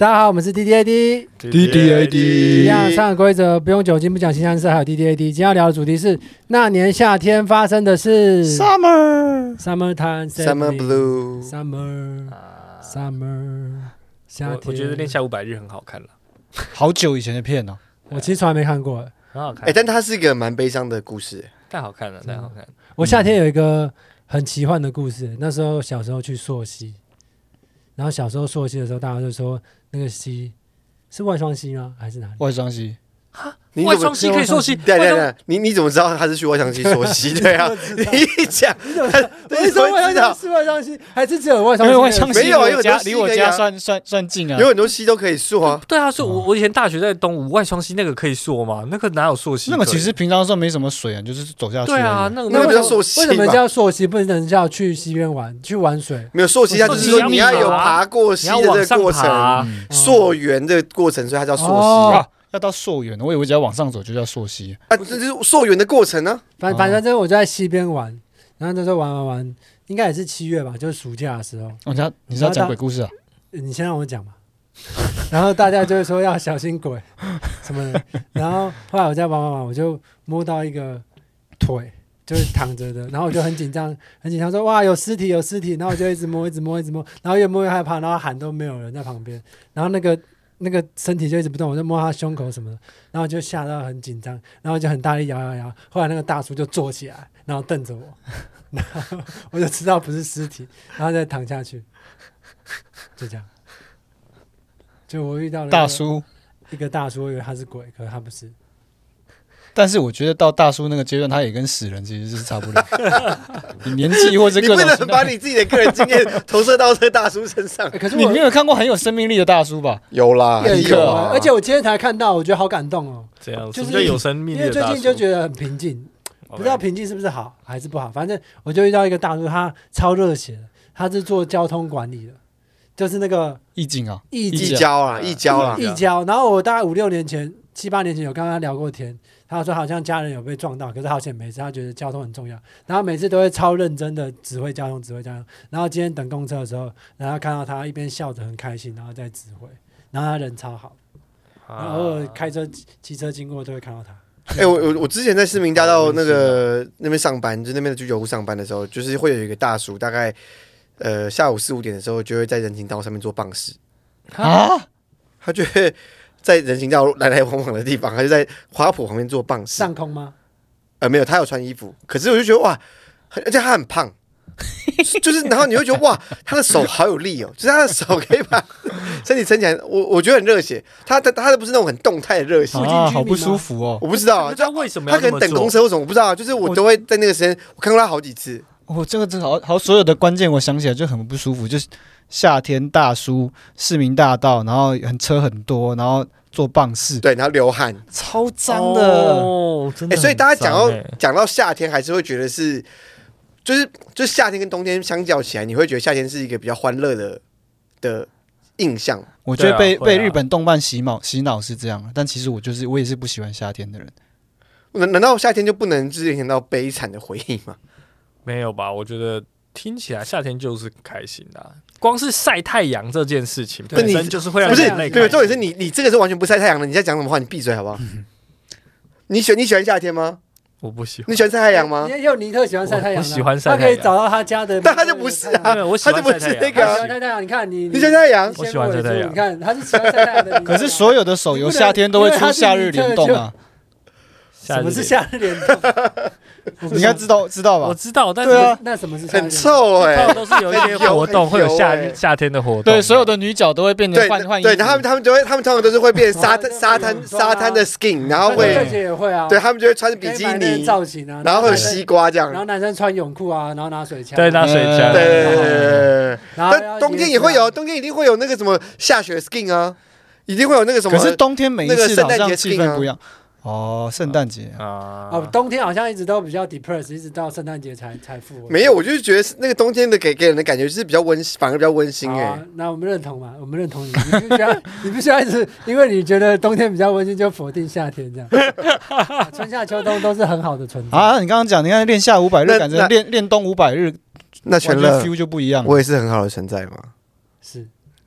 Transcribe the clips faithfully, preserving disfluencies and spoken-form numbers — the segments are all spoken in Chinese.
大家好，我们是 D D A D，D D A D， 一样上个规则，不用酒精，不讲新三色，还有 D D A D。今天要聊的主题是那年夏天发生的事 ，Summer，Summer time，Summer Blue，Summer，Summer， 夏天。 我, 我觉得《恋夏五百日》很好看了， 好久以前的片哦， 我其实从来没看过， 很好看。 哎、欸，但它是一个蛮悲伤的故事， 太好看了，太好看了。 我夏天有一个很奇幻的故事，那时候小时候去溯溪，然后小时候溯溪的时候，大家就说那个溪是外双溪吗？还是哪里？ 外双溪。 哈，外双溪可以溯溪？ 对对对，你你怎么知道他是去外双溪溯溪？对啊，你一讲， 你怎么说外双溪是外双溪，还是只有外双溪？ 因为外双溪没有啊， 离我家离我家算算算近啊， 有很多溪都可以溯啊。 对啊，所以我我以前大学在东吴外双溪那个可以溯吗？那个哪有溯溪？ 那个其实平常时候没什么水啊，就是走下去。 对啊，那个那个叫溯溪。 为什么叫溯溪？不能叫去溪边玩，去玩水？ 没有溯溪，它就是说你要有爬过溪的这个过程，溯源的过程，所以它叫溯溪。 要到溯源，我以为只要往上走就叫溯溪啊，这就是溯源的过程呢、 啊。反反正我就在溪边玩，然后那时候玩玩玩，应该也是七月吧，就是暑假的时候。 我讲你是要讲鬼故事啊？ 你先让我讲嘛。然后大家就会说要小心鬼什么的。然后后来我在玩玩玩，我就摸到一个腿，就是躺着的，然后我就很紧张，很紧张说哇有尸体有尸体，然后我就一直摸一直摸一直摸，然后越摸越害怕，然后喊都没有人在旁边，然后那个。那个身体就一直不动，我就摸他胸口什么的，然后就吓到很紧张，然后就很大力摇摇摇。后来那个大叔就坐起来，然后瞪着我，然后我就知道不是尸体，然后再躺下去，就这样。就我遇到了大叔， 一个大叔，我以为他是鬼，可是他不是。 但是我觉得到大叔那个阶段，他也跟死人其实是差不多。你年纪或者各种， 你不能把你自己的个人经验投射到这个大叔身上。 欸、可是你没有看过很有生命力的大叔吧？ 有啦， 有, 有啊。 而且我今天才看到，我觉得好感动哦。 这样就是有生命力的大叔。 因为最近就觉得很平静，不知道平静是不是好还是不好。反正我就遇到一个大叔，他超热血的，他是做交通管理的，就是那个义警啊， 义交啊，义交啊， 义交。然后我大概五六年前、七八年前有跟他聊过天。他说好像家人有被撞到，可是好险没事。他觉得交通很重要，然后每次都会超认真的指挥交通，指挥交通。然后今天等公车的时候，然后看到他一边笑着很开心，然后在指挥。然后他人超好，然后偶尔开车、骑车经过都会看到他。 哎、欸，我我我之前在市民大道那个那边上班，就那边的居酒屋上班的时候，就是会有一个大叔，大概呃下午四五点的时候，就会在人行道上面做棒式啊，他就会。在人行道来来往往的地方，他就在花圃旁边做棒式。 上空吗？ 呃，没有，他有穿衣服。可是我就觉得哇，而且他很胖，就是然后你会觉得哇，他的手好有力哦，就是他的手可以把身体撑起来。我我觉得很热血，他他他的不是那种很动态的热血啊，好不舒服哦。 我不知道啊， 他为什么要他可能等公车或什么，我不知道。就是我都会在那个时间，我看过他好几次。 哦，这个真好好，所有的关键我想起来就很不舒服，就是夏天大叔市民大道，然后很车很多，然后做棒式， 对，然后流汗， 超脏的哦，真的、欸。 所以大家讲到讲到夏天，还是会觉得是，就是就是夏天跟冬天相较起来，你会觉得夏天是一个比较欢乐的的印象。 我觉得被、啊啊、被日本动漫洗脑洗脑是这样，但其实我就是我也是不喜欢夏天的人。 难难道夏天就不能联想到悲惨的回忆吗？ 没有吧，我觉得听起来夏天就是开心的、啊，光是晒太阳这件事情本身就是会让人累。 不是，没有重点是你你这个是完全不晒太阳的，你在讲什么话？你闭嘴好不好？嗯、你喜你喜欢夏天吗？ 我不喜欢。 你喜欢晒太阳吗？ 因为尼特喜欢晒太阳， 我喜欢晒太阳， 他可以找到他家的， 但他就不是啊，他就不是那个、啊。 喜欢晒太阳，你看你， 你喜欢太阳， 我喜欢晒太阳。 你看他是喜欢晒太阳的。 可是所有的手游夏天都会出夏日联动啊。 什么是夏日联动？ 你应该知道知道吧？ 我知道，但是、 啊、那什么是夏日很臭哎、 欸？都是有一些活动会有夏日夏天的活动， 对，所有的女角都会变成换换衣服， 对，然后他们他们就会，他们通常都是会变沙滩沙滩沙滩的 skin， 然后会， 也会啊， 对他们就会穿比基尼造型啊， 然后会有西瓜这样， 然后男生穿泳裤啊，然后拿水枪， 对，拿水枪， 对对对对。但冬天也会有，冬天一定会有那个什么下雪 skin 啊，一定会有那个什么。 可是冬天每一次好像气氛不一样。哦，圣诞节啊，哦，冬天好像一直都比较 depressed， 一直到圣诞节才才复活。 没有，我就是觉得那个冬天的给给人的感觉是比较温馨，反而比较温馨哎、欸啊。那我们认同嘛？我们认同你，你不需要，你不需要一直因为你觉得冬天比较温馨就否定夏天这样。啊、春夏秋冬都是很好的存在啊！你刚刚讲，你看练夏五百日，感觉练练冬五百日， 那全乐 feel 就不一样。 我也是很好的存在嘛。 是。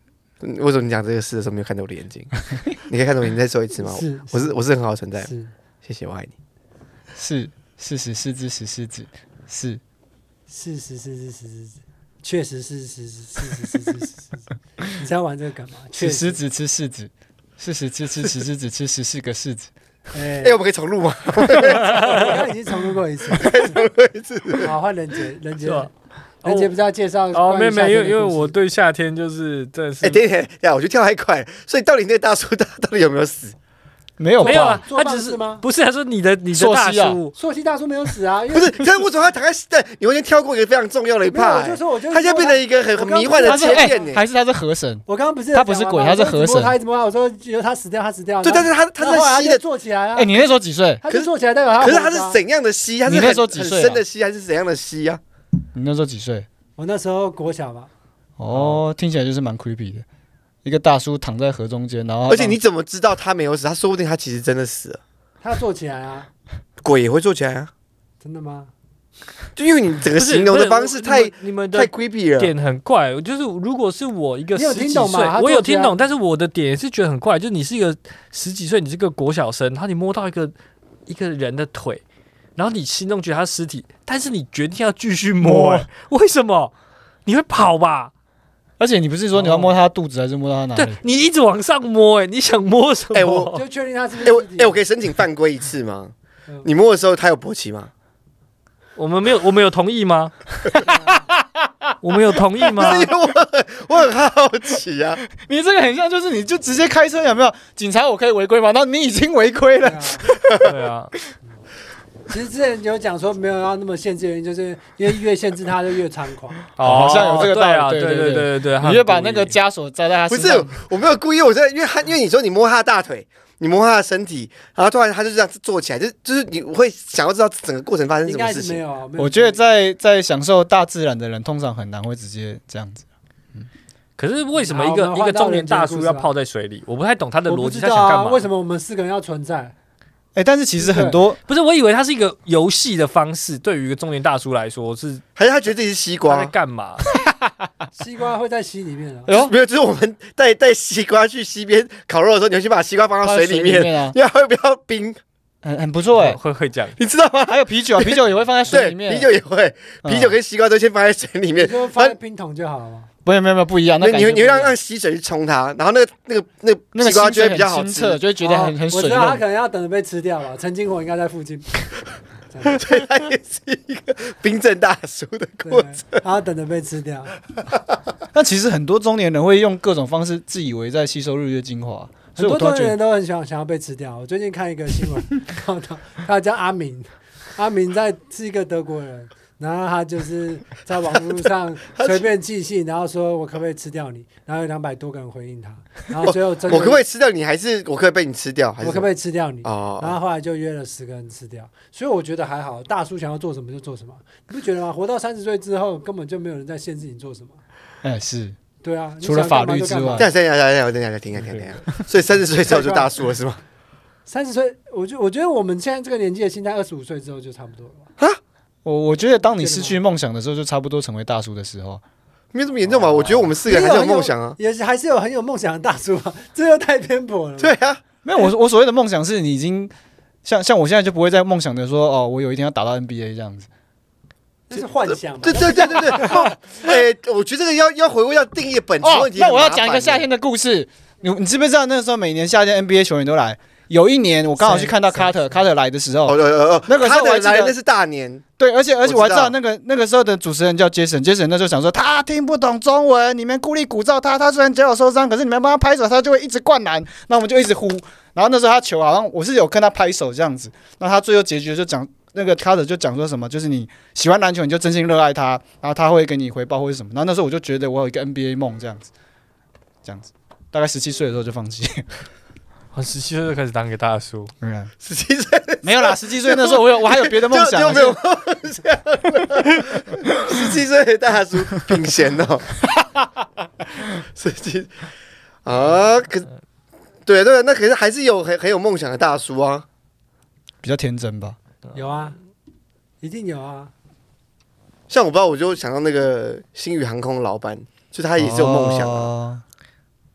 为什么你讲这个事的时候没有看着我的眼睛？你可以看着我，你再说一次吗？ 是， 我是我是很好的存在， 是， 谢谢，我爱你。 是是是是之是是指是是是是是是是，确实是是是是是是是是，你在玩这个干嘛？ 吃狮子吃柿子，是十吃吃十狮子吃十四个柿子。 哎， 哎，我们可以重录吗？ 我刚刚已经重录过一次， 重录一次。 好，换任杰，任杰， 是任杰不是要介绍哦，没有没有，因为因为我我对夏天就是真的是， 哎，等一下，等一下，我觉得跳太快了，所以到底那个大叔他到底有没有死？ 没有吧没有啊， 做他只是棒是吗不是他说你的你的大朔溪啊叔， 朔溪大叔没有死啊，因为不是，但是为什么他躺在？但你完全跳过一个非常重要的一没有， part， 我就说我就他现在变成一个很很迷幻的他是切片呢。 还是他是河神？ 我刚刚不是他不是鬼他是河神他一直摸他，我说有他死掉，他死掉。 对，但是他他然后后来他就在吸的， 坐起来啊， 哎，你那时候几岁？ 他就坐起来代表他。 可是他是怎样的吸？他是你那很时候几岁啊很深的吸，还是怎样的吸啊？ 你那时候几岁？ 我那时候国小吧， 哦，听起来就是蛮 creepy 的。一个大叔躺在河中间，然后而且你怎么知道他没有死？他说不定他其实真的死了。 他坐起来啊， 鬼也会坐起来啊， 真的吗？ 就因为你整个不是形容的不是方式太你们太的 creepy 了。 点很怪，就是如果是我一个你有十几听懂吗岁他，坐起来我有听懂，但是我的点也是觉得很怪，就是你是一个十几岁，你是个国小生，然后你摸到一个一个人的腿，然后你心中觉得他尸体，但是你决定要继续摸、 摸欸，为什么？你会跑吧？ 而且你不是说你要摸他肚子，还是摸到他哪对里？ 你一直往上摸、欸，你想摸什么？ 哎我就确定他是不哎我是尸体哎我可以申请犯规一次吗嗯？ 你摸的时候他有勃起吗？ 我们没有，我们有同意吗？我们有同意吗？ 不是因为我很我很好奇啊。 你这个很像，就是你就直接开车有没有？警察我可以违规吗？然后你已经违规了。 对啊对啊， 其实之前有讲说没有要那么限制，原因就是因为越限制他就越猖狂。 好像有这个道理对啊，对对对对对对对， 你就把那个家枷锁扎在他不是身上。， 我没有故意，我在因为他因为你说你摸他的大腿，你摸他的身体，然后突然他就这样坐起来，就就是你会想要知道整个过程发生应什么事情。 该是没有啊，没有我觉得在在享受大自然的人，通常很难会直接这样子。 可是为什么一好个一个我们换到中年大人间故事啊叔要泡在水里？我不太懂他的我不逻辑， 知道啊， 他想干嘛？ 为什么我们四个人要存在？ 哎，但是其实很多不是，我以为它是一个游戏的方式，对于一个中年大叔来说是还是他觉得自己是西他在瓜？ 干嘛？ 西瓜会在溪里面啊。 哎呦没有，就是我们带带西瓜去溪边烤肉的时候，你会先把西瓜放到水里面， 面啊， 因为它会比较冰， 很很不错哎。 会会这样。 你知道吗？ 还有啤酒啊，啤酒也会放在水对， 里面。 啤酒也会， 嗯啤酒跟西瓜都先放在水里面你。说放在冰桶就好了嘛。 不，没有没有不一样，那那你会你会让感觉不一样让溪水去冲它，然后那个那个那那个个西瓜就会清水比较好吃。 很清澈，就会觉得很很水哦我知道他可润。 能要等着被吃掉吧。陈金火应该在附近。 所以它也是一个冰镇大叔的过程。 对，他要等着被吃掉。 那其实很多中年人会用各种方式自以为在吸收日月精华，所很多以我突然觉得中年人都很想想要被吃掉。我最近看一个新闻报道，他叫阿明，阿明在是一个德国人，然后他就是在网络上随便寄信，然后说我可不可以吃掉你，然后有两百多个人回应他，然后最后真的我可不可以吃掉你？还是我可不可以被你吃掉？还是我可不可以吃掉你？然哦， 后后来就约了十个人吃掉，所以我觉得还好，大叔想要做什么就做什么，你不觉得吗？活到三十岁之后，根本就没有人在限制你做什么。 哎是对啊， 除了法律之外等一下等一下等一下等一下等一下等一下，所以三十岁之后就大叔了是吗？ 三十岁，我觉我觉得我们现在这个年纪的心态，二十五岁之后就差不多了吧。 我我觉得当你失去梦想的时候，就差不多成为大叔的时候。 没有这么严重吧？我觉得我们四个人还是有梦想啊。 也是还是有很有梦想的大叔啊，这又太偏颇了。 对啊， 没有，我我所谓的梦想是你已经像像我现在就不会再梦想着说哦，我有一天要打到 N B A 这样子。 这是幻想嘛。 对对对对对。哎，我觉得这个要要回归到定义本质哦问，题。 那我要讲一个夏天的故事。你你知不知道那个时候每年夏天 N B A 球员都来？有一年我刚好去看到卡特，卡特来的时候， 哦哦哦， 那个时候我还他的记得来那是大年。 对，而且而且我还知我知道道那个那个时候的主持人叫 Jason，Jason 那时候想说他听不懂中文，你们故意鼓噪他，他虽然脚有受伤，可是你们帮他拍手，他就会一直灌篮，那我们就一直呼。然后那时候他球好像我是有跟他拍手这样子，那他最后结局就讲那个卡特就讲说什么，就是你喜欢篮球你就真心热爱他，然后他会给你回报或者什么。然后那时候我就觉得我有一个 N B A 梦这样子，这样子，大概十七岁的时候就放弃。 我十七岁就开始当个大叔， 嗯， 十七岁没有啦，十七岁那时候我有我还有别的梦想啊， 就就没有梦想了。十七岁的大叔挺闲哦。十七啊，可对对，那可是还是有很很有梦想的大叔啊。 比较天真吧。 有啊，一定有啊。 像我不知道，我就想到那个星宇航空的老板，就他也是有梦想啊。 哦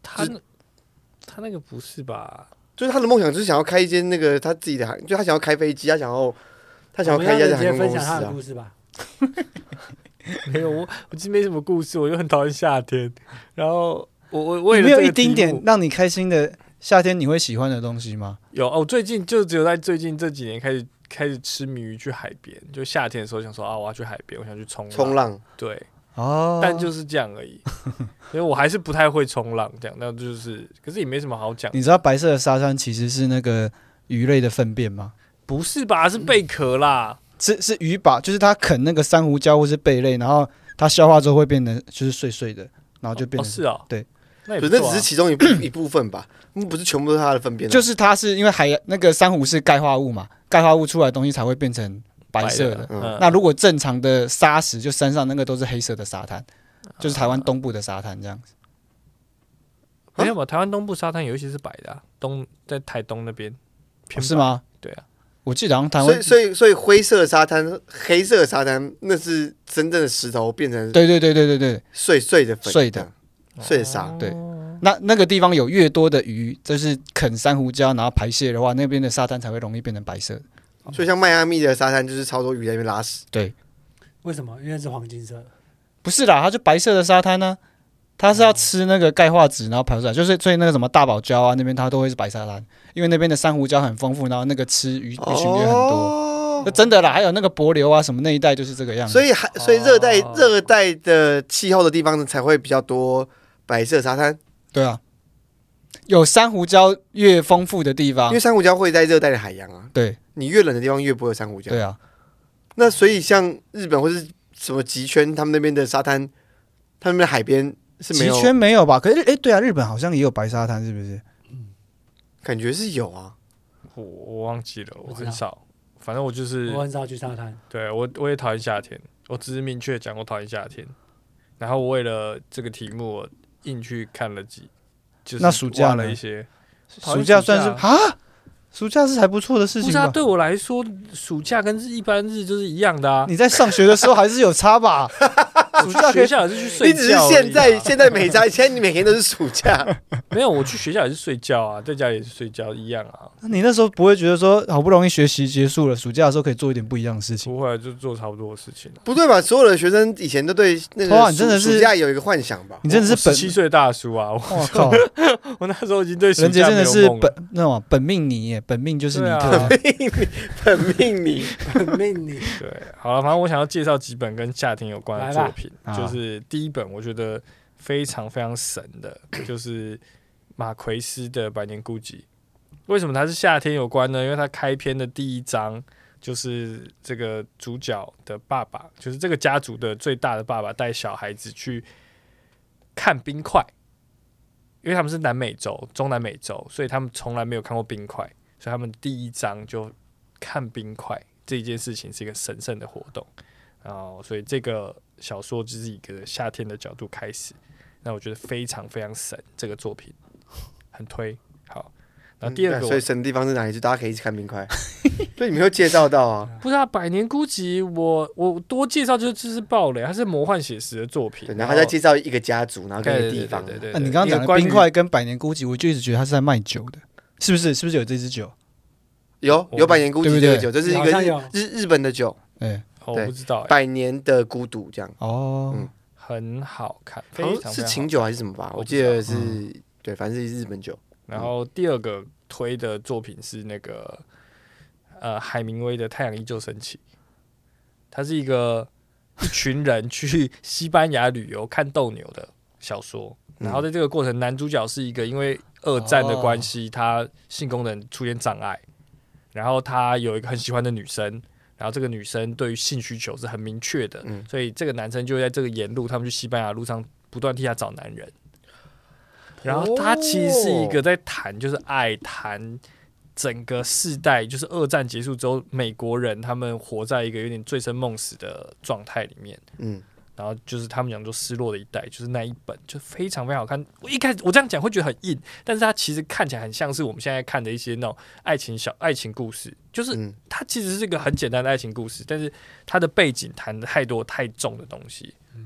他他那个不是吧？ 就是他的梦想就是想要开一间那个他自己的航，就他想要开飞机，他想要他想要开一家航空公司分享他的啊。 故事吧。 没有，我我其实没什么故事，我就很讨厌夏天。然后我我为了没有一这个题目丁点让你开心的夏天你会喜欢的东西吗？ 有哦，我最近就只有在最近这几年开始开始痴迷于去海边，就夏天的时候想说啊，我要去海边，我想去冲冲浪， 对， 哦， 但就是这样而已。因为我还是不太会冲浪，这样，那就是，可是也没什么好讲。 你知道白色的沙滩其实是那个鱼类的粪便吗？ 不是吧？是贝壳啦。 是是鱼把，就是它啃那个珊瑚礁或是贝类，然后它消化之后会变得就是碎碎的，然后就变成、 哦、是啊， 对， 那也不错啊、 可是那只是其中一部一部分吧，不是全部都是它的粪便、啊。 就是它是因为海那个珊瑚是钙化物嘛，钙化物出来的东西才会变成白色的。 嗯、 那如果正常的沙石，就山上那个都是黑色的沙滩，就是台湾东部的沙滩这样子。 没有吧？台湾东部沙滩有一些是白的、啊，东在台东那边、 哦、是吗？ 对啊。 我记得好像台湾， 所以所以所以灰色的沙滩、黑色的沙滩，那是真正的石头变成对对对对对对碎碎的粉， 碎的碎的沙。 对，那那个地方有越多的鱼，就是啃珊瑚礁，然后排泄的话，那边的沙滩才会容易变成白色的。 所以像迈阿密的沙滩就是超多鱼在那边拉屎。 对， 为什么？因为是黄金色。 不是啦，它就白色的沙滩呢、啊，它是要吃那个钙化质，然后排出来，就是所以那个什么大堡礁啊那边它都会是白沙滩，因为那边的珊瑚礁很丰富，然后那个吃鱼鱼群也很多。 哦， 那真的啦，还有那个帛琉啊什么那一带就是这个样子。 所以还所以热带哦热带的气候的地方才会比较多白色沙滩， 对啊，有珊瑚礁越丰富的地方因为，珊瑚礁会在热带的海洋啊。 对你越冷的地方越不会有珊瑚礁。 对啊， 那所以像日本或是什么极圈，他们那边的沙滩，他们那边的海边是没有， 极圈没有吧？可是哎，对啊，日本好像也有白沙滩，是不是？ 感觉是有啊。 我我忘记了，我我知道很少，反正我就是我很少去沙滩。 对我我也讨厌夏天，我只是明确讲我讨厌夏天。然后我为了这个题目，我硬去看了几，就是那暑假呢挖了一些。 暑假算是啊，暑假是还不错的事不是啊， 情吧？ 对我来说，暑假跟一般日就是一样的啊。 你在上学的时候还是有差吧？暑假可以学校也是去睡你觉而已啊， 只是现在现在每家，现在你每天都是暑假， 没有，我去学校也是睡觉啊，在家里也是睡觉一样啊。 你那时候不会觉得说好不容易学习结束了，暑假的时候可以做一点不一样的事情？ 不会，就做差不多的事情啊。 不对吧？所有的学生以前都对那哇个暑你真的是暑假有一个幻想吧？ 你真的是本， 七岁大叔啊！我我靠， 我那时候已经对暑人杰假真的是没有梦了本那种本命你耶，本命就是尼对啊特啊。 本命你本命你。 对，好了，反正我想要介绍几本跟夏天有关的作品， 来吧就是第一本我觉得非常非常神的，就是马奎斯的《百年孤寂》。为什么它是夏天有关呢？因为它开篇的第一章就是这个主角的爸爸，就是这个家族的最大的爸爸带小孩子去看冰块，因为他们是南美洲、中南美洲，所以他们从来没有看过冰块，所以他们第一章就看冰块这一件事情是一个神圣的活动。然后，所以这个小说就是以一个夏天的角度开始，那我觉得非常非常神，这个作品很推。好，然后第二个我， 嗯所以神的地方是哪里？就大家可以一起看冰块。对，你们会介绍到啊。 不是啊，《百年孤寂》我我多介绍就是就是暴雷，它是魔幻写实的作品。 对，然后他再介绍一个家族，然后跟一对个地方。 对对对对啊，你刚刚讲的一个关于冰块跟百年孤寂，我就一直觉得他是在卖酒的，是不是？是不是有这支酒？ 有有百年孤对不对寂这个酒，这是一个好像有日日日本的酒， 哎， 哦我不知道、欸， 百年的孤独这样。 哦， 嗯很好看，非好常非常好像是琴酒还是什么吧？ 我不知道我记得是对，反正是日本酒。 然后第二个推的作品是那个呃海明威的《太阳依旧升起》，它是一个一群人去西班牙旅游看斗牛的小说。然后在这个过程，男主角是一个因为二战的关系，他性功能出现障碍，然后他有一个很喜欢的女生，然后这个女生对于性需求是很明确的， 嗯所以这个男生就会在这个沿路，他们去西班牙路上不断替他找男人。然后他其实是一个在谈，就是爱谈整个世代，就是二战结束之后，美国人他们活在一个有点醉生梦死的状态里面。 嗯， 然后就是他们讲说失落的一代，就是那一本就非常非常好看。我一开始我这样讲会觉得很硬，但是它其实看起来很像是我们现在看的一些那种爱情小爱情故事，就是嗯它其实是一个很简单的爱情故事，但是它的背景谈的太多太重的东西。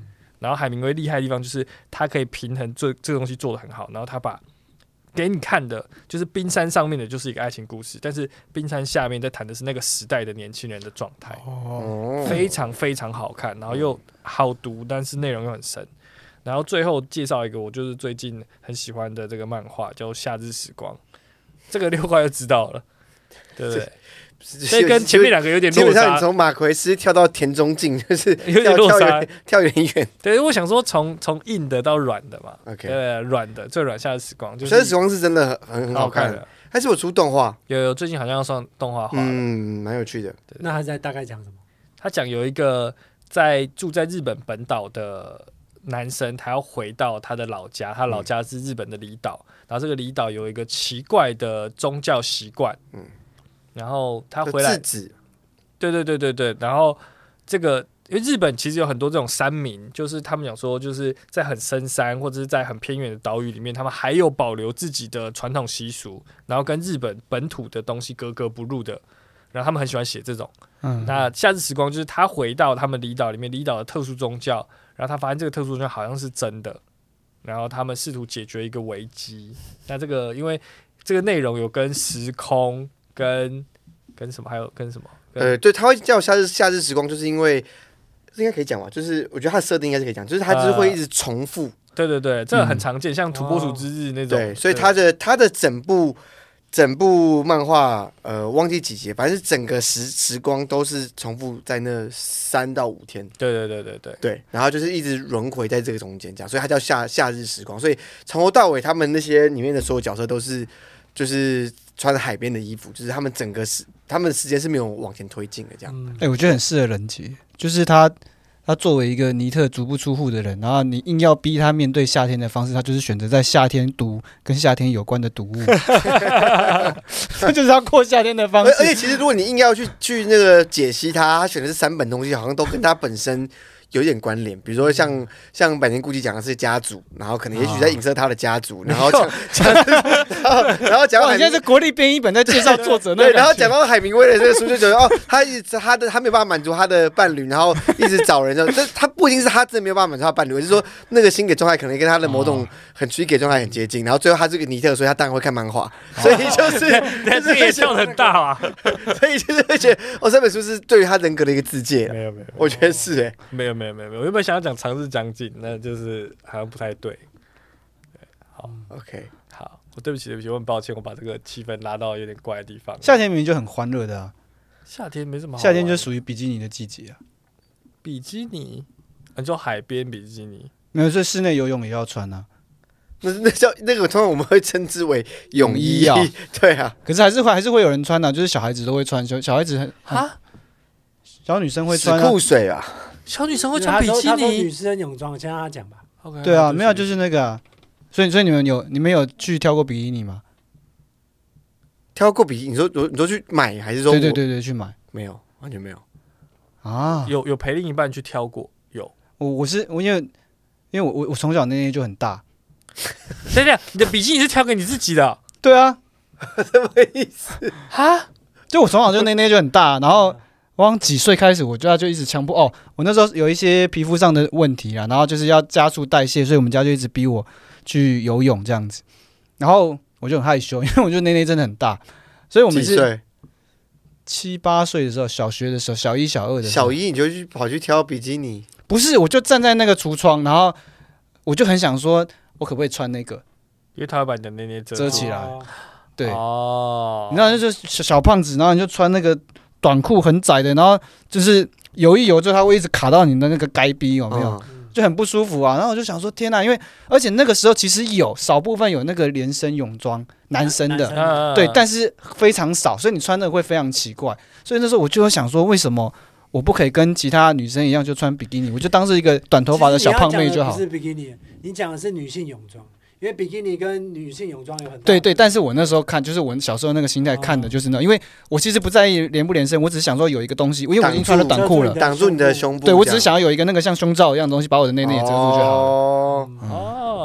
然后海明威厉害的地方就是他可以平衡这这个东西做得很好，然后他把给你看的就是冰山上面的就是一个爱情故事，但是冰山下面在谈的是那个时代的年轻人的状态， 哦， 非常非常好看，然后又好读，但是内容又很深。然后最后介绍一个我就是最近很喜欢的这个漫画，叫《夏日时光》，这个六块就知道了，对不对？所以跟前面两个有点落差。 基本上你从马奎斯跳到田中静，就是有点落差， 跳有点远。 对，我想说从从硬的到软的嘛。 OK， 对，软的最软夏日时光，就是夏日时光是真的很很好看的， 还是有出动画？ 有有，最近好像要上动画化了， 嗯，蛮有趣的。 那他在大概讲什么？ 他讲有一个在住在日本本岛的男生，他要回到他的老家，他老家是日本的离岛，嗯、然后这个离岛有一个奇怪的宗教习惯，嗯。然后他回来，对对对对对，然后这个因为日本其实有很多这种山民，就是他们讲说，就是在很深山或者是在很偏远的岛屿里面，他们还有保留自己的传统习俗，然后跟日本本土的东西格格不入的，然后他们很喜欢写这种。嗯，那夏日时光就是他回到他们离岛里面，离岛的特殊宗教，然后他发现这个特殊宗教好像是真的，然后他们试图解决一个危机。那这个因为这个内容有跟时空。跟跟什么还有跟什么？ 呃，对，他会叫夏日夏日时光，就是因为应该可以讲吧，就是我觉得他的设定应该是可以讲，就是他就是会一直重复。呃、 对对对，这个很常见，嗯、像土拨鼠之日那种。 对，所以他的他的整部整部漫画，呃，忘记几节，反正是整个时时光都是重复在那三到五天。 对对对对对对，然后就是一直轮回在这个中间，这样，所以他叫夏夏日时光。所以从头到尾，他们那些里面的所有角色都是就是穿着海边的衣服，就是他们整个时他们的时间是没有往前推进的，这样。 哎、嗯欸，我觉得很适合人杰，就是他。他作为一个尼特足不出户的人，然后你硬要逼他面对夏天的方式，他就是选择在夏天读跟夏天有关的读物，这就是他过夏天的方式。 而且其实如果你硬要去去那个解析他，他选的是三本东西，好像都跟他本身有一点关联。比如说像像百年孤寂讲的是家族，然后可能也许在影射他的家族，然后讲然后讲到现在是国立编译本在介绍作者那对，然后讲到海明威的这个书就觉得哦，他一直他的他没有办法满足他的伴侣，然后一直找人，这他不一定是他真的没有办法满足他的伴侣，而是说那个心给状态可能跟他的某种很虚给状态很接近，然后最后他是个尼特，所以他当然会看漫画，所以就是但是也跳得很大啊， 所以就是会觉得哦，这本书是对于他人格的一个自介， 没有没有， 我觉得是哎、欸， 没有没有没有没有，我原本想要讲长日将近，那就是好像不太对。好 ，OK， 好，我对不起对不起，我很抱歉，我把这个气氛拉到有点怪的地方。 夏天明明就很欢乐的啊， 夏天没什么好玩， 夏天就属于比基尼的季节啊。 比基尼，你说海边比基尼？ 没有，所以室内游泳也要穿啊。 那那叫那个，通常我们会称之为泳衣啊。对啊， 可是还是会还是会有人穿的、啊，就是小孩子都会穿，小小孩子很啊，小女生会穿裤、啊、水啊。 小女生会穿比基尼， 女生泳装，先让她讲吧。 Okay, 对啊，没有就是那个啊，所以所以你们有你们有去挑过比基尼吗？ 挑过比基尼？你说你说去买还是说？ 对对对对，去买没有，完全没有啊。 有有陪另一半去挑过，有。 我我是我因为因为我我我从小那那就很大。 等等，你的比基尼是挑给你自己的？ 对啊， 什么意思？ 哈？ 就我从小就那那就很大，然后。我从几岁开始，我家就一直强迫哦。我那时候有一些皮肤上的问题啊，然后就是要加速代谢，所以我们家就一直逼我去游泳这样子。然后我就很害羞，因为我觉得内内真的很大，所以我们是七八岁的时候，小学的时候，小一、小二的时候， 小一你就去跑去挑比基尼？ 不是，我就站在那个橱窗，然后我就很想说，我可不可以穿那个？ 因为他会把你的内内遮起来。哦、对， 哦， 你知道，就是小小胖子，然后你就穿那个。短裤很窄的，然后就是游一游之后，它会一直卡到你的那个该逼，有没有？嗯、就很不舒服啊。然后我就想说，天哪！因为而且那个时候其实有少部分有那个连身泳装，男生的，生的对，但是非常少，所以你穿的会非常奇怪。所以那时候我就会想说，为什么我不可以跟其他女生一样就穿比基尼？我就当是一个短头发的小胖妹就好。 不是比基尼，你讲的是女性泳装。因为比基尼跟女性泳装有很大对对，但是我那时候看，就是我小时候那个心态看的就是那，因为我其实不在意连不连身，我只是想说有一个东西，因为我已经穿了短裤了， 挡住你的胸部。 对，我只是想要有一个那个像胸罩一样的东西，把我的内内也遮住就好了。 哦，哦，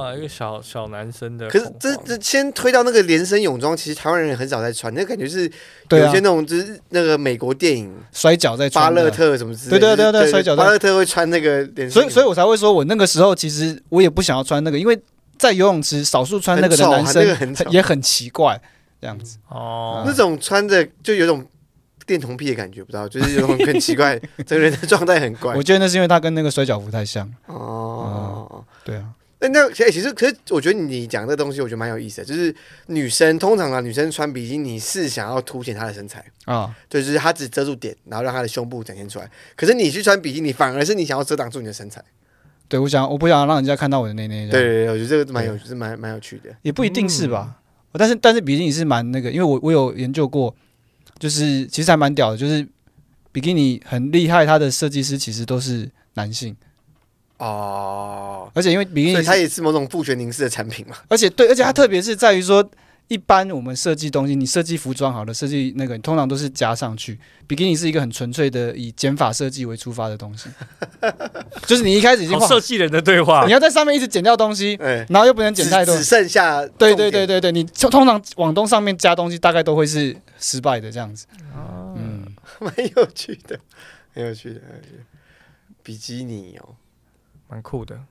啊，一个小小男生的可恐慌。 是这这先推到那个连身泳装，其实台湾人很少在穿，那感觉是对啊有些那种就是那个美国电影摔跤在巴穿的勒特什么之类的， 对对对对就是摔跤在巴勒特会穿那个连身泳， 所以所以我才会说我那个时候其实我也不想要穿那个，因为在游泳池少数穿那个的男很丑啊那个很丑生也很奇怪，这样子。 哦， 那种穿着就有种恋童癖的感觉，不知道，就是有种很奇怪，整个人的状态很怪我。觉得那是因为他跟那个摔跤服太像。 哦， 对啊， 那那欸其实，可是我觉得你讲这东西，我觉得蛮有意思的。就是女生通常啊，女生穿比基尼是想要凸显她的身材， 啊， 就是她只遮住点，然后让她的胸部展现出来。可是你去穿比基尼，反而是你想要遮挡住你的身材。 对我想我不想让人家看到我的内内， 对对对，我觉得这个蛮有，是蛮蛮有趣的。 也不一定是吧。但是但是比基尼是蛮那个，因为我我有研究过，就是其实还蛮屌的，就是比基尼很厉害，它的设计师其实都是男性。 哦， 而且因为比基尼， 所以它也是某种父权凝视的产品嘛。 而且对，而且它特别是在于说，一般我们设计东西，你设计服装好了，设计那个通常都是加上去。比基尼是一个很纯粹的以减法设计为出发的东西，就是你一开始已经好设计人的对话你，要在上面一直减掉东西， 哎， 然后又不能减太多只只，剩下对重点对对对对，你通常往东上面加东西，大概都会是失败的这样子。嗯， 蛮有趣的，很有趣的。很有趣的比基尼哦， 蛮酷的。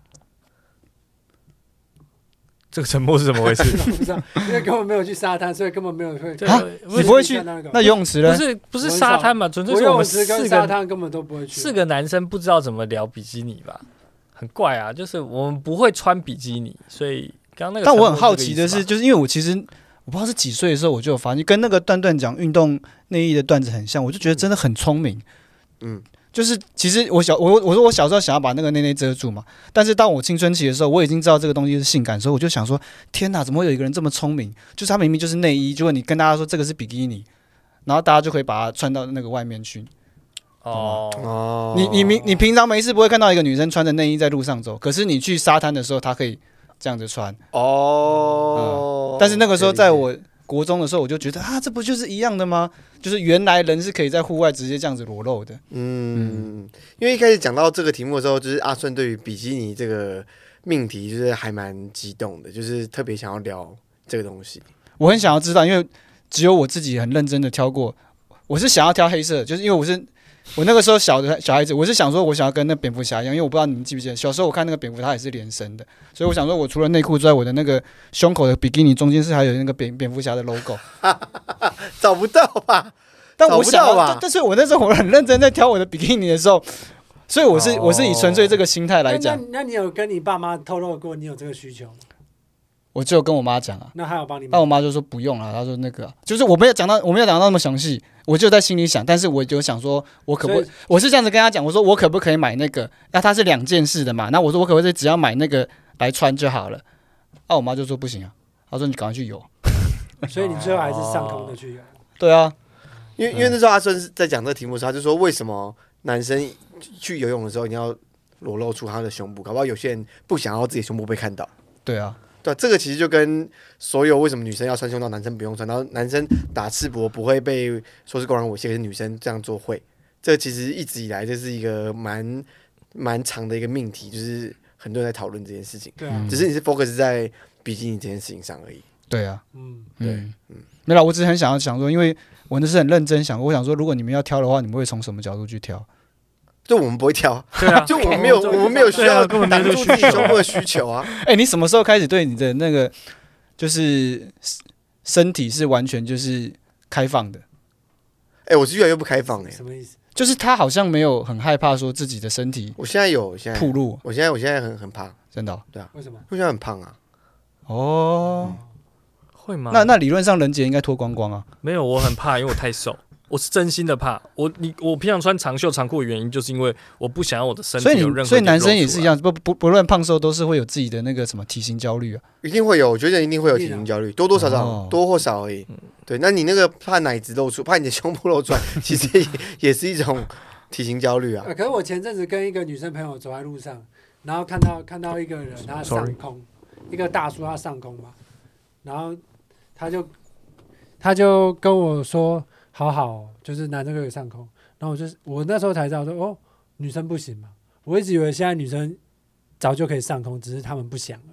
这个沉默是怎么回事？ 不知道，因为根本没有去沙滩，所以根本没有会。 对啊你不会去那个那游泳池呢？ 不是不是沙滩嘛，纯粹是我们我游泳池跟四个沙滩根本都不会去。 四个男生不知道怎么聊比基尼吧，很怪啊。就是我们不会穿比基尼，所以刚刚那个。 但我很好奇的是， 是， 就是因为我其实我不知道是几岁的时候我就有发现，跟那个段段讲运动内衣的段子很像，我就觉得真的很聪明。 嗯， 就是其实我小我我说我小时候想要把那个内内遮住嘛，但是当我青春期的时候，我已经知道这个东西是性感，所以我就想说，天哪，怎么会有一个人这么聪明？就是他明明就是内衣，结果你跟大家说这个是比基尼，然后大家就可以把它穿到那个外面去。 哦， 哦， 你你平你平常没事不会看到一个女生穿着内衣在路上走，可是你去沙滩的时候，她可以这样子穿。 哦、 嗯，但是那个时候在我国中的时候，我就觉得啊，这不就是一样的吗？就是原来人是可以在户外直接这样子裸露的。 嗯，因为一开始讲到这个题目的时候，就是阿顺对于比基尼这个命题就是还蛮激动的，就是特别想要聊这个东西。 我很想要知道，因为只有我自己很认真的挑过，我是想要挑黑色的，就是因为我是我那个时候小的小孩子，我是想说我想要跟那蝙蝠侠一样，因为我不知道你们记不记得，小时候我看那个蝙蝠它也是连身的，所以我想说我除了内裤之外，我的那个胸口的比基尼中间是还有那个蝙蝙蝠侠的 logo。 找不到吧？ 但我想要， 找不到吧但但是我那时候我很认真在挑我的比基尼的时候，所以我是、 哦我是以纯粹这个心态来讲那，那你有跟你爸妈透露过你有这个需求吗？ 我就有跟我妈讲啊， 那还有帮你买？ 但我妈就说不用了，她说那个啊就是我没有讲到我没有讲到那么详细，我就在心里想，但是我就想说我可不所以我是这样子跟她讲，我说我可不可以买那个？那它是两件事的嘛，那我说我可不可以只要买那个来穿就好了？啊，我妈就说不行啊，她说你赶快去游。 所以你最后还是上空的去游。 对啊， 因为因为那时候阿顺是在讲这个题目的时候，他就说为什么男生去游泳的时候一定要裸露出他的胸部，搞不好有些人不想要自己胸部被看到。 对啊， 对啊，这个其实就跟所有为什么女生要穿胸罩，男生不用穿，然后男生打赤膊不会被说是公然猥亵，可是女生这样做会。这其实一直以来这是一个蛮蛮长的一个命题，就是很多人在讨论这件事情， 对啊嗯， 只是你是 focus 在比基尼这件事情上而已。 对啊， 嗯， 对， 对嗯，没啦，我只是很想要想说，因为我那是很认真想过，我想说，如果你们要挑的话，你们会从什么角度去挑？ 就我们不会挑， 对啊， 就我们没有，我们没有需要对啊根本没有这个挡住自己需求胸部的需求啊。 哎、你什么时候开始对你的那个就是身体是完全就是开放的？ 哎、我是越来越不开放哎、 什么意思？ 就是他好像没有很害怕说自己的身体我现在有，我现在暴露， 我现在我现在很很怕， 真的哦。 为什么？ 我现在很胖啊。 哦会吗？ 那那理论上人杰应该脱光光啊。 没有，我很怕，因为我太瘦。我是真心的怕，我你我平常穿长袖长裤的原因，就是因为我不想要我的身体所以有任何你所以男生也是是一样，不不不论胖瘦都是会有自己的那个什么体型焦虑啊。 一定会有，我觉得一定会有体型焦虑，多多少少， 哦多或少而已。对，那你那个怕奶子露出，怕你的胸部露出来，其实也也是一种体型焦虑啊。 呃可是我前阵子跟一个女生朋友走在路上，然后看到看到一个人他上空，一个大叔他上空嘛，然后他就他就跟我说。好好、哦，就是男生可以上空，然后我就我那时候才知道说，哦，女生不行嘛。我一直以为现在女生早就可以上空，只是她们不想而已。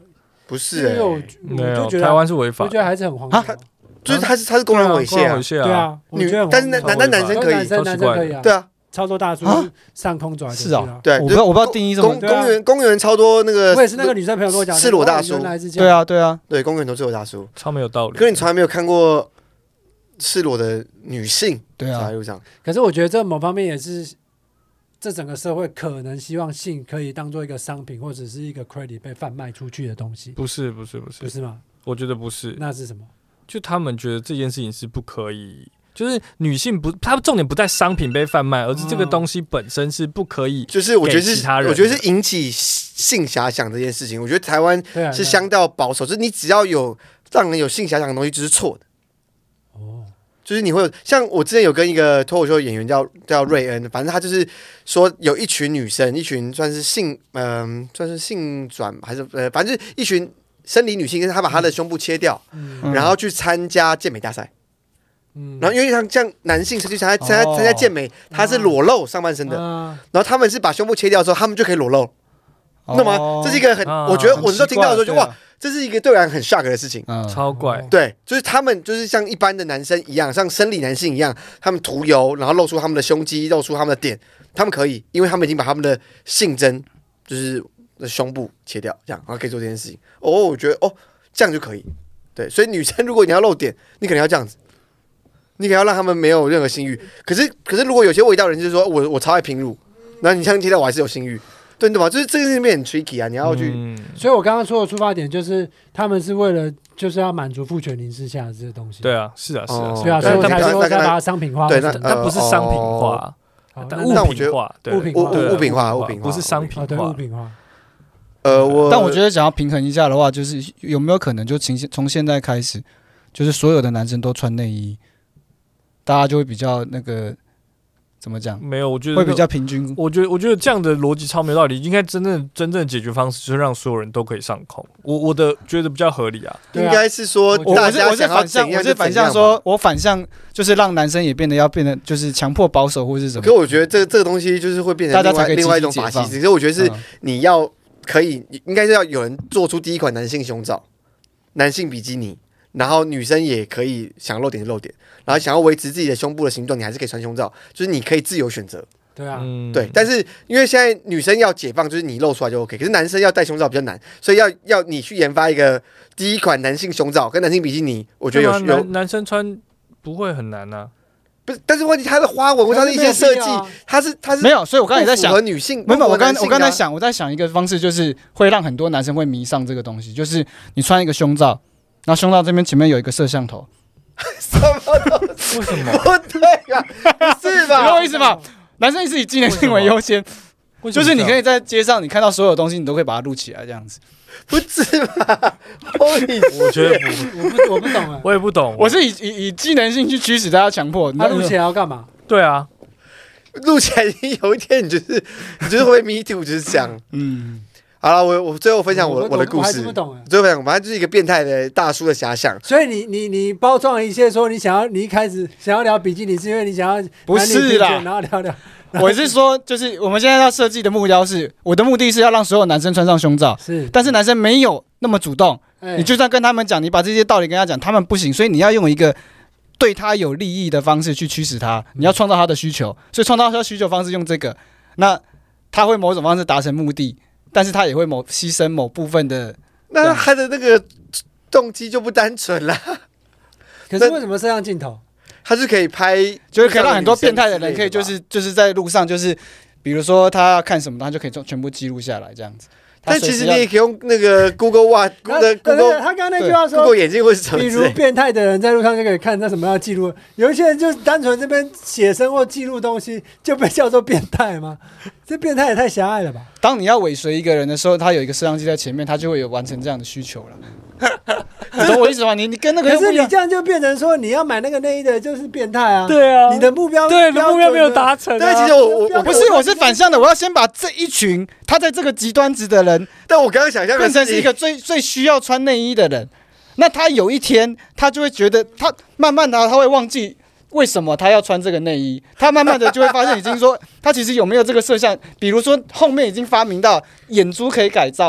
不是哎、 因为我没有， 我就觉得台湾是违法的， 我觉得还是很荒谬啊。 就是他是他是公然猥亵啊公然猥，亵啊， 对啊，我女觉得很但是男荒谬男但男生可以男，生男生可以啊， 对啊操作大叔啊上空转是啊， 对， 我不知道我不知道定义这么公对啊公园公园超多那个， 我也是那个女生朋友跟我讲， 赤裸大叔哦原来是这对样， 啊对啊， 对公园都赤裸大叔， 超没有道理。 可是你从来没有看过赤裸的女性对啊， 走在路上， 可是我觉得这某方面也是，这整个社会可能希望性可以当做一个商品或者是一个 credit 被贩卖出去的东西， 不是不是不是不是吗？ 我觉得不是， 那是什么？ 就他们觉得这件事情是不可以，就是女性不，他们重点不在商品被贩卖，而是这个东西本身是不可以。 就是我觉得是给其他人的我觉得是引起性遐想这件事情，我觉得台湾对啊， 是相对保守，就是你只要有让人有性遐想的东西，就是错的。 哦， 就是你会有像我之前有跟一个脱口秀演员叫叫瑞恩，反正他就是说有一群女生，一群算是性嗯、算是性转还是呃，反正就是一群生理女性，他把她的胸部切掉， 嗯嗯然后去参加健美大赛。 嗯然后因为像像男性是去参加参加哦参加健美，他是裸露上半身的， 啊然后他们是把胸部切掉之后，他们就可以裸露，那么哦这是一个很， 啊我觉得我那时候听到的时候就哇， 很奇怪这是一个对我来讲很 shock 的事情。 嗯超怪， 对，就是他们就是像一般的男生一样，像生理男性一样，他们涂油，然后露出他们的胸肌，露出他们的点，他们可以，因为他们已经把他们的性征就是胸部切掉，这样，然后可以做这件事情。哦，我觉得哦，这样就可以。对，所以女生如果你要露点，你可能要这样子，你可能要让他们没有任何性欲。可是，可是如果有些味道人就是说我我超爱平乳，然后你这样贴到我还是有性欲，对对吧？就是这个事情很 tricky 啊，你要去。 嗯所以我刚刚说的出发点就是，他们是为了就是要满足父权凝视下的这些东西。 对啊，是啊是啊哦， 对啊， 是所以我才但但说要把它商品化。 对那它不是商品化， 好但那物品化，对物物品化对物物品化，物品化不是商品哦，对，物化。 品化。 呃，我但我觉得想要平衡一下的话，就是有没有可能就从现从现在开始，就是所有的男生都穿内衣，大家就会比较那个怎么讲， 没有，我觉得会比较平均。 我觉得，我觉得这样的逻辑超没道理。应该真正真正的解决方式就是让所有人都可以上空。我我的觉得比较合理啊。 对啊应该是说我大我我是我是家想要反向， 怎样我就是怎样嘛反向说，我反向就是让男生也变得要变得就是强迫保守或是什么可。我觉得这这个东西就是会变成另大家才可以外另外一种积极解放法西斯，可是我觉得是嗯你要可以，应该是要有人做出第一款男性胸罩、男性比基尼，然后女生也可以想露点就露点，然后想要维持自己的胸部的形状，你还是可以穿胸罩，就是你可以自由选择。 对啊， 嗯， 对，但是因为现在女生要解放，就是你露出来就 OK，可是男生要戴胸罩比较难，所以要要你去研发一个第一款男性胸罩跟男性比基尼，我觉得有有对啊男男生穿不会很难啊。 不是，但是问题它的花纹或它的一些设计可是没有必要啊， 它是它是没有，所以我刚才也在想不符合，女性， 没有，我刚不符合男性的啊我刚才想，我在想一个方式，就是会让很多男生会迷上这个东西，就是你穿一个胸罩，然后胸罩这边前面有一个摄像头， 什么东西为什么？ 不对啊，不是你懂吧？ 我意思吗？男生是以机能性为优先， 为什么这样就是你可以在街上你看到所有东西，你都可以把它录起来，这样子。 不是吧？Holy 我觉得不， 我不我不懂哎， 我也不懂。 我是以以以机能性去驱使大家强迫。 他录起来要干嘛？ 对啊， 录起来，有一天你就是你就是会 me too，就是这样。 嗯， 好了，我我最后分享我我我的故事还是不。懂哎。 最后分享，反正就是一个变态的大叔的遐想。 所以你你你包装一切说你想要你一开始想要聊比基尼，是因为你想要不男女是啦平权然后聊聊。 我是说，就是我们现在要设计的目标是，我的目的是要让所有男生穿上胸罩， 是， 但是男生没有那么主动。 哎你就算跟他们讲，你把这些道理跟他讲，他们不行，所以你要用一个对他有利益的方式去驱使他，你要创造他的需求，所以创造他的需求方式用这个，那他会某种方式达成目的，但是他也会某牺牲某部分的。 那他的那个动机就不单纯啦， 可是为什么摄像镜头？ 他是可以拍， 就是可以让很多变态的人可以就之类是就是在路上就是，比如说他要看什么，他就可以全部记录下来这样子。 吧。但其实你他随时也可以用那个 Google Watch、 那 Google 对对对 Google 他刚刚那句话说 Google 眼镜或是什么比如之类。 变态的人在路上就可以看他什么要记录，有一些人就单纯这边写生或记录东西就被叫做变态吗？这变态也太狭隘了吧！ 要当你要尾随一个人的时候，他有一个摄像机在前面，他就会有完成这样的需求了。你懂我意思吗？你你跟那个可是又不一样你这样就变成说你要买那个内衣的就是变态啊！ 对啊， 你的目标对的目标没有达成啊。 但其实我我我不是，我是反向的，我要先把这一群他在这个极端值的人但我刚刚想象的变成是一个最最需要穿内衣的人。那他有一天，他就会觉得，他慢慢的他会忘记为什么他要穿这个内衣，他慢慢的就会发现，已经说他其实有没有这个摄像，比如说后面已经发明到眼珠可以改造了，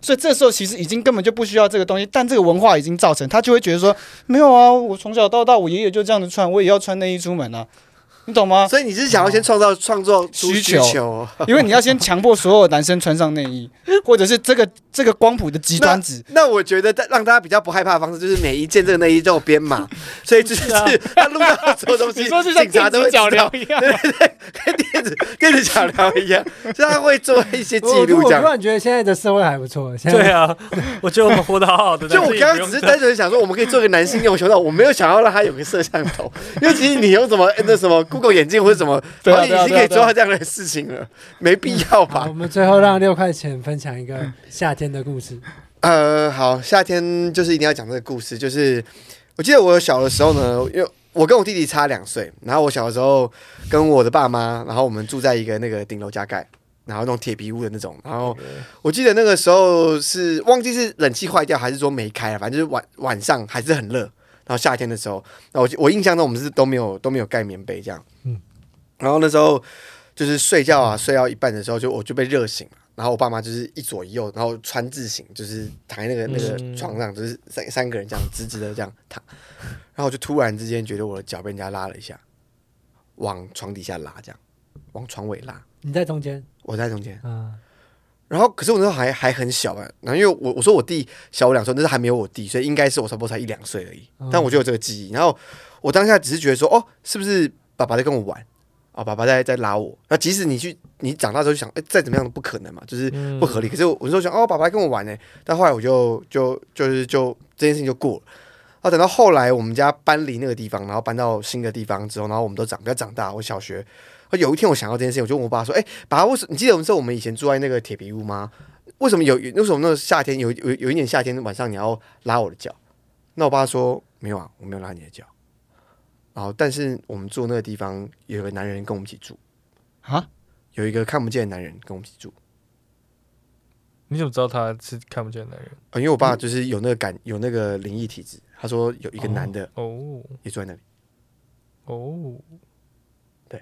所以这时候其实已经根本就不需要这个东西，但这个文化已经造成，他就会觉得说，没有啊，我从小到大我爷爷就这样子穿，我也要穿内衣出门啊。你懂吗？ 所以你是想要先创造创造出需求， 求因为你要先强迫所有男生穿上内衣，或者是这个这个光谱的极端值。 那, 那我觉得让大家比较不害怕的方式，就是每一件这个内衣都有编码，所以就是他录到所有东西， 你说就像电子脚镣一样， 对对对，跟电子电子脚镣一样，就他会做一些记录。这样， 我突然觉得现在的社会还不错。 对啊，我觉得我们活得好好的。 就我刚刚只是单纯想说，我们可以做个男性用胸罩，我没有想要让他有个摄像头，因为其实你用什么那什么 Google 眼镜或者什么。 对啊， 已经可以做到这样的事情了，没必要吧？ 我们最后让六块钱分享一个夏天的故事。 呃，好，夏天就是一定要讲这个故事。就是我记得我小的时候呢，因为我跟我弟弟差两岁，然后我小的时候跟我的爸妈，然后我们住在一个那个顶楼加盖，然后那种铁皮屋的那种。然后我记得那个时候是忘记是冷气坏掉还是说没开，反正就是晚晚上还是很热。然后夏天的时候，那我我印象中我们是都没有都没有盖棉被这样。嗯。然后那时候就是睡觉啊，睡到一半的时候就我就被热醒了，然后我爸妈就是一左一右，然后川字形，就是躺在那个那个床上，就是三三个人这样直直的这样躺，然后我就突然之间觉得我的脚被人家拉了一下，往床底下拉，这样往床尾拉。 你在中间， 我在中间。 嗯。 然后可是我那时候还还很小啊，然后因为我我说我弟小我两岁，那时候还没有我弟，所以应该是我差不多才一两岁而已。但我就有这个记忆，然后我当下只是觉得说，哦，是不是爸爸在跟我玩？哦，爸爸在在拉我。那即使你去，你长大之后就想，哎，再怎么样都不可能嘛，就是不合理。嗯、可是我我那时候想，哦，爸爸跟我玩呢。但后来我就就就是就这件事情就过了。然后等到后来我们家搬离那个地方，然后搬到新的地方之后，然后我们都长比较长大。我小学，有一天我想到这件事情，我就问我爸说，哎，爸爸，为什么？你记得我们说我们以前住在那个铁皮屋吗？为什么有为什么那个夏天有有有一年夏天晚上你要拉我的脚？那我爸说没有啊，我没有拉你的脚。然后，但是我们住那个地方有个男人跟我们一起住啊， 有一个看不见的男人跟我们一起住。 你怎么知道他是看不见的男人？ 呃、因为我爸就是有那个感，有那个灵异体质。他说有一个男的哦，也住在那里。哦，对。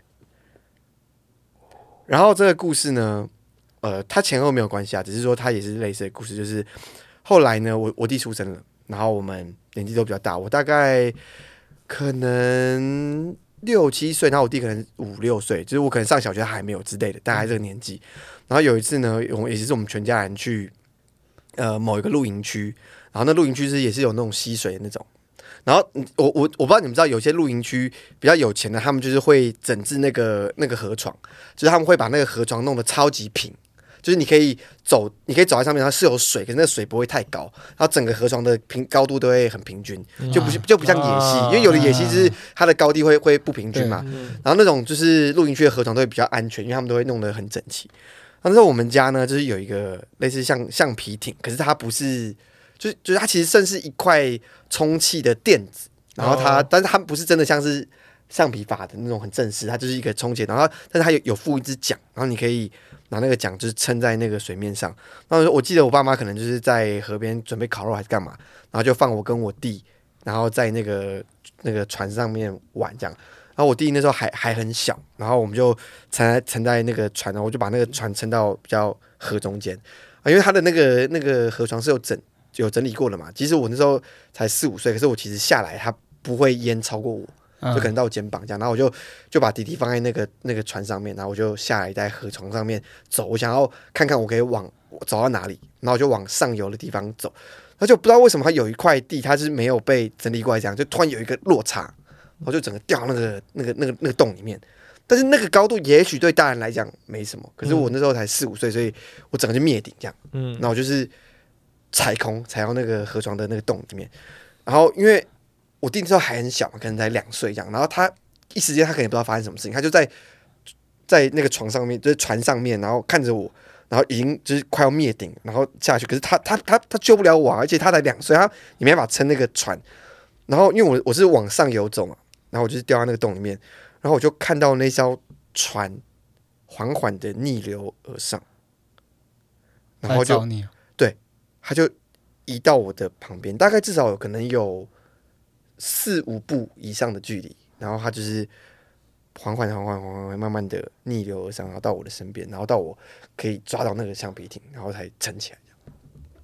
然后这个故事呢，呃，他前后没有关系啊，只是说他也是类似的故事。就是后来呢，我我弟出生了，然后我们年纪都比较大，我大概。可能六七岁，然后我弟可能五六岁，就是我可能上小学还没有之类的，大概这个年纪。然后有一次呢，我也是我们全家人去呃某一个露营区，然后那露营区是也是有那种溪水的那种。然后我我我不知道你们知道，有些露营区比较有钱的，他们就是会整治那个那个河床，就是他们会把那个河床弄得超级平。就是你可以走，你可以走在上面，它是有水，可是那个水不会太高，然后整个河床的平高度都会很平均，就不就不像野溪，因为有的野溪是它的高低会会不平均嘛。然后那种就是露营区的河床都会比较安全，因为他们都会弄得很整齐。那时候我们家呢，就是有一个类似像橡皮艇，可是它不是，就是就是它其实算是一块充气的垫子，然后它，但是它不是真的像是橡皮筏的那种很正式，它就是一个充气，然后但是它有有附一只桨，然后你可以。拿那个桨就是撑在那个水面上，然后我记得我爸妈可能就是在河边准备烤肉还是干嘛，然后就放我跟我弟，然后在那个那个船上面玩这样，然后我弟那时候还还很小，然后我们就沉在沉在那个船，然后我就把那个船撑到比较河中间啊，因为他的那个那个河床是有整有整理过的嘛，即使我那时候才四五岁，可是我其实下来他不会淹超过我。就可能到肩膀这样，然后我就就把弟弟放在那个那个船上面，然后我就下来在河床上面走，我想要看看我可以往走到哪里，然后我就往上游的地方走，然后就不知道为什么它有一块地它是没有被整理过来，这样就突然有一个落差，然后就整个掉到那个那个那个那个洞里面，但是那个高度也许对大人来讲没什么，可是我那时候才四五岁，所以我整个就灭顶这样，嗯，然后我就是踩空踩到那个河床的那个洞里面，然后因为。我弟那时候还很小嘛，可能才两岁这样，然后他一时间他可能也不知道发生什么事情，他就在在那个床上面，就是船上面，然后看着我，然后已经就是快要灭顶，然后下去，可是他他他他救不了我、啊，而且他才两岁，他也没办法撑那个船，然后因为我我是往上游走嘛，然后我就是掉到那个洞里面，然后我就看到那艘船缓缓的逆流而上，然后就对，他就移到我的旁边，大概至少有可能有。四五步以上的距离，然后他就是缓缓、缓缓、缓缓、慢慢的逆流而上，然后到我的身边，然后到我可以抓到那个橡皮艇，然后才撑起来。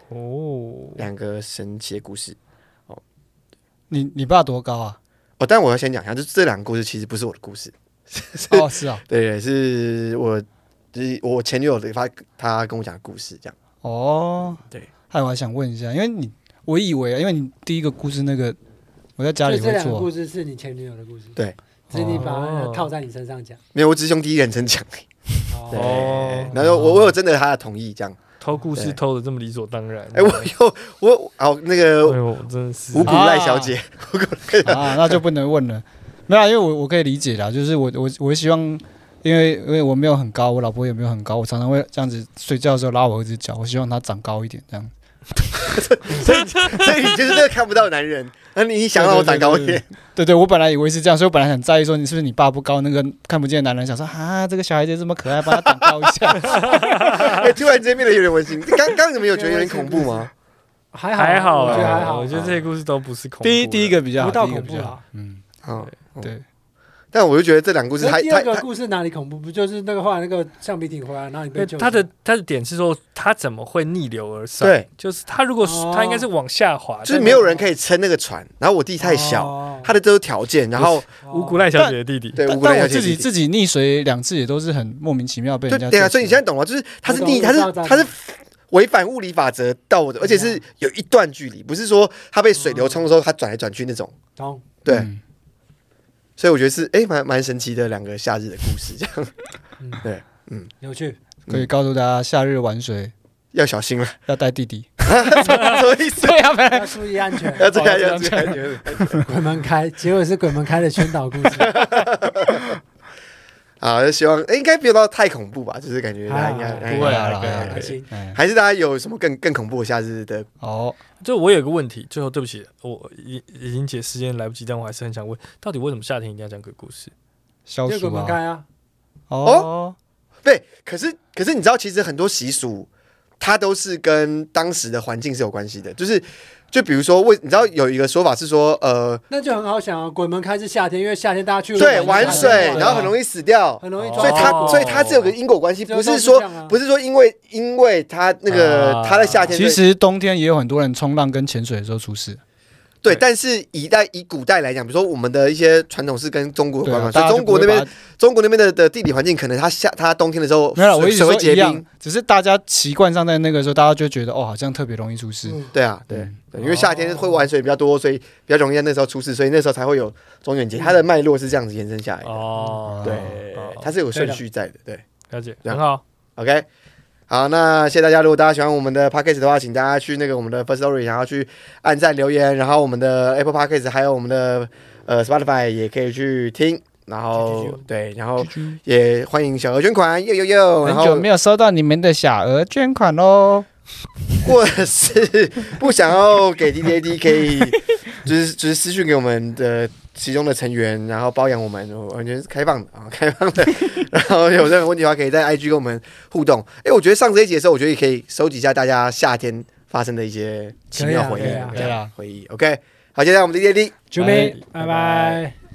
哦， 两个神奇的故事。 你你爸多高啊？ 哦，但我要先讲一下，就这两个故事其实不是我的故事， 哦，是啊， 对，是我就是我前女友的他他跟我讲的故事，这样。 哦， 对。 还有我还想问一下，因为你我以为啊，因为你第一个故事那个我在家里会就这两个故做， 事是你前女友的故事， 对， 只是你把它哦套在你身上讲。 没有，我只是用第一人称讲。对， 哦然后我我有真的他的同意这样。 偷故事偷的这么理所当然。 哎，我有我哦那哎个呦，真的是五谷赖小姐，五谷赖啊，那就不能问了。没有、啊，因为我我可以理解啦，就是我我我希望，因为因为我没有很高，我老婆也没有很高，我常常会这样子睡觉的时候拉我儿子脚，我希望他长高一点，这样。 所以所以你就是那个看不到的男人，那你想让我长高一点？ 对对，我本来以为是这样，所以我本来很在意说你是不是你爸不高，那个看不见的男人想说啊，这个小孩子这么可爱，帮他长高一下。 哎，突然之间变得有点温馨。刚刚你们有觉得有点恐怖吗？ 还好， 还好啊， 我觉得还好。 我觉得这些故事都不是恐怖的。 第一第一个比较好， 不到第一个比较好恐怖啦。 嗯， 啊， 对。 但我就觉得这两个故事太可是第二太太个故事哪里恐怖？不就是那个后来那个橡皮艇回来，然后你被救？ 他的他的点是说，他怎么会逆流而上？ 对， 就是他如果哦他应该是往下滑， 就是没有人可以撑那个船，然后我弟太小， 哦他的都有条件，然后五谷赖小姐的弟弟。 对， 但五谷赖但我自己小姐弟弟自己溺水两次也都是很莫名其妙被人家。 对对啊，所以你现在懂了，就是他是逆，他是他是违反物理法则到我的，而且是有一段距离，不是说他被水流冲的时候他转来转去那种。 懂？ 对， 嗯所以我觉得是哎蛮蛮神奇的两个夏日的故事，这样嗯， 对，嗯， 有趣。 可以告诉大家，夏日玩水要小心了， 要带弟弟。 什么意思？ 对啊，没要注意安全。 要这样哦要这这样样。 鬼门开，结果是鬼门开的宣导故事。 啊，就希望应该不要到太恐怖吧，就是感觉大家应该还好不会啊应该可以可以还行。 哎， 还是大家有什么更更恐怖的夏日的？ 哦， 就我有个问题，最后对不起，我已已经解时间来不及，但我还是很想问，到底为什么夏天一定要讲鬼故事？ 消就鬼暑啊。 门开啊！ 哦， 对，可是可是你知道，其实很多习俗它都是跟当时的环境是有关系的，就是就比如说为你知道有一个说法是说，呃， 那就很好想啊。鬼门开是夏天，因为夏天大家去对，玩水， 很然后很容易死掉。 很容易哦所以它， 哦所以它是有个因果关系， 这不是说都是这样啊不是说因为因为它那个啊它在夏天其实冬天也有很多人冲浪跟潜水的时候出事。 对， 对但是以代以古代来讲，比如说我们的一些传统是跟中国有对啊， 关嘛，所以大家就中国那边不会把它中国那边的的地理环境，可能它夏它冬天的时候没有啦，我水水会一直说一样结冰，， 只是大家习惯上在那个时候，大家就觉得哦，好像特别容易出事。 嗯对啊，对嗯对，因为夏天会玩水比较多，所以比较容易在那时候出事，所以那时候才会有中元节，它的脉络是这样子延伸下来的。 哦， 对哦， 它是有顺序在的。对了解， 这样很好。 ，OK。好，那谢谢大家。如果大家喜欢我们的 Podcast 的话，请大家去那个我们的 First Story，然后去按赞留言，然后我们的 Apple Podcast 还有我们的呃 Spotify 也可以去听。然后对，然后也欢迎小额捐款，又又又，然后很久没有收到你们的小额捐款喽。 或者是不想要给 D D A D， 可以就是就是私讯给我们的其中的成员，然后包养我们，完全是开放的啊，开放的。然后有任何问题的话，可以在 I G 跟我们互动。哎，我觉得上这一集的时候，我觉得也可以收集一下大家夏天发生的一些奇妙回忆可以啊， 可以啊回忆。OK，好，接下来我们的 D D A D。 啾咪，拜拜。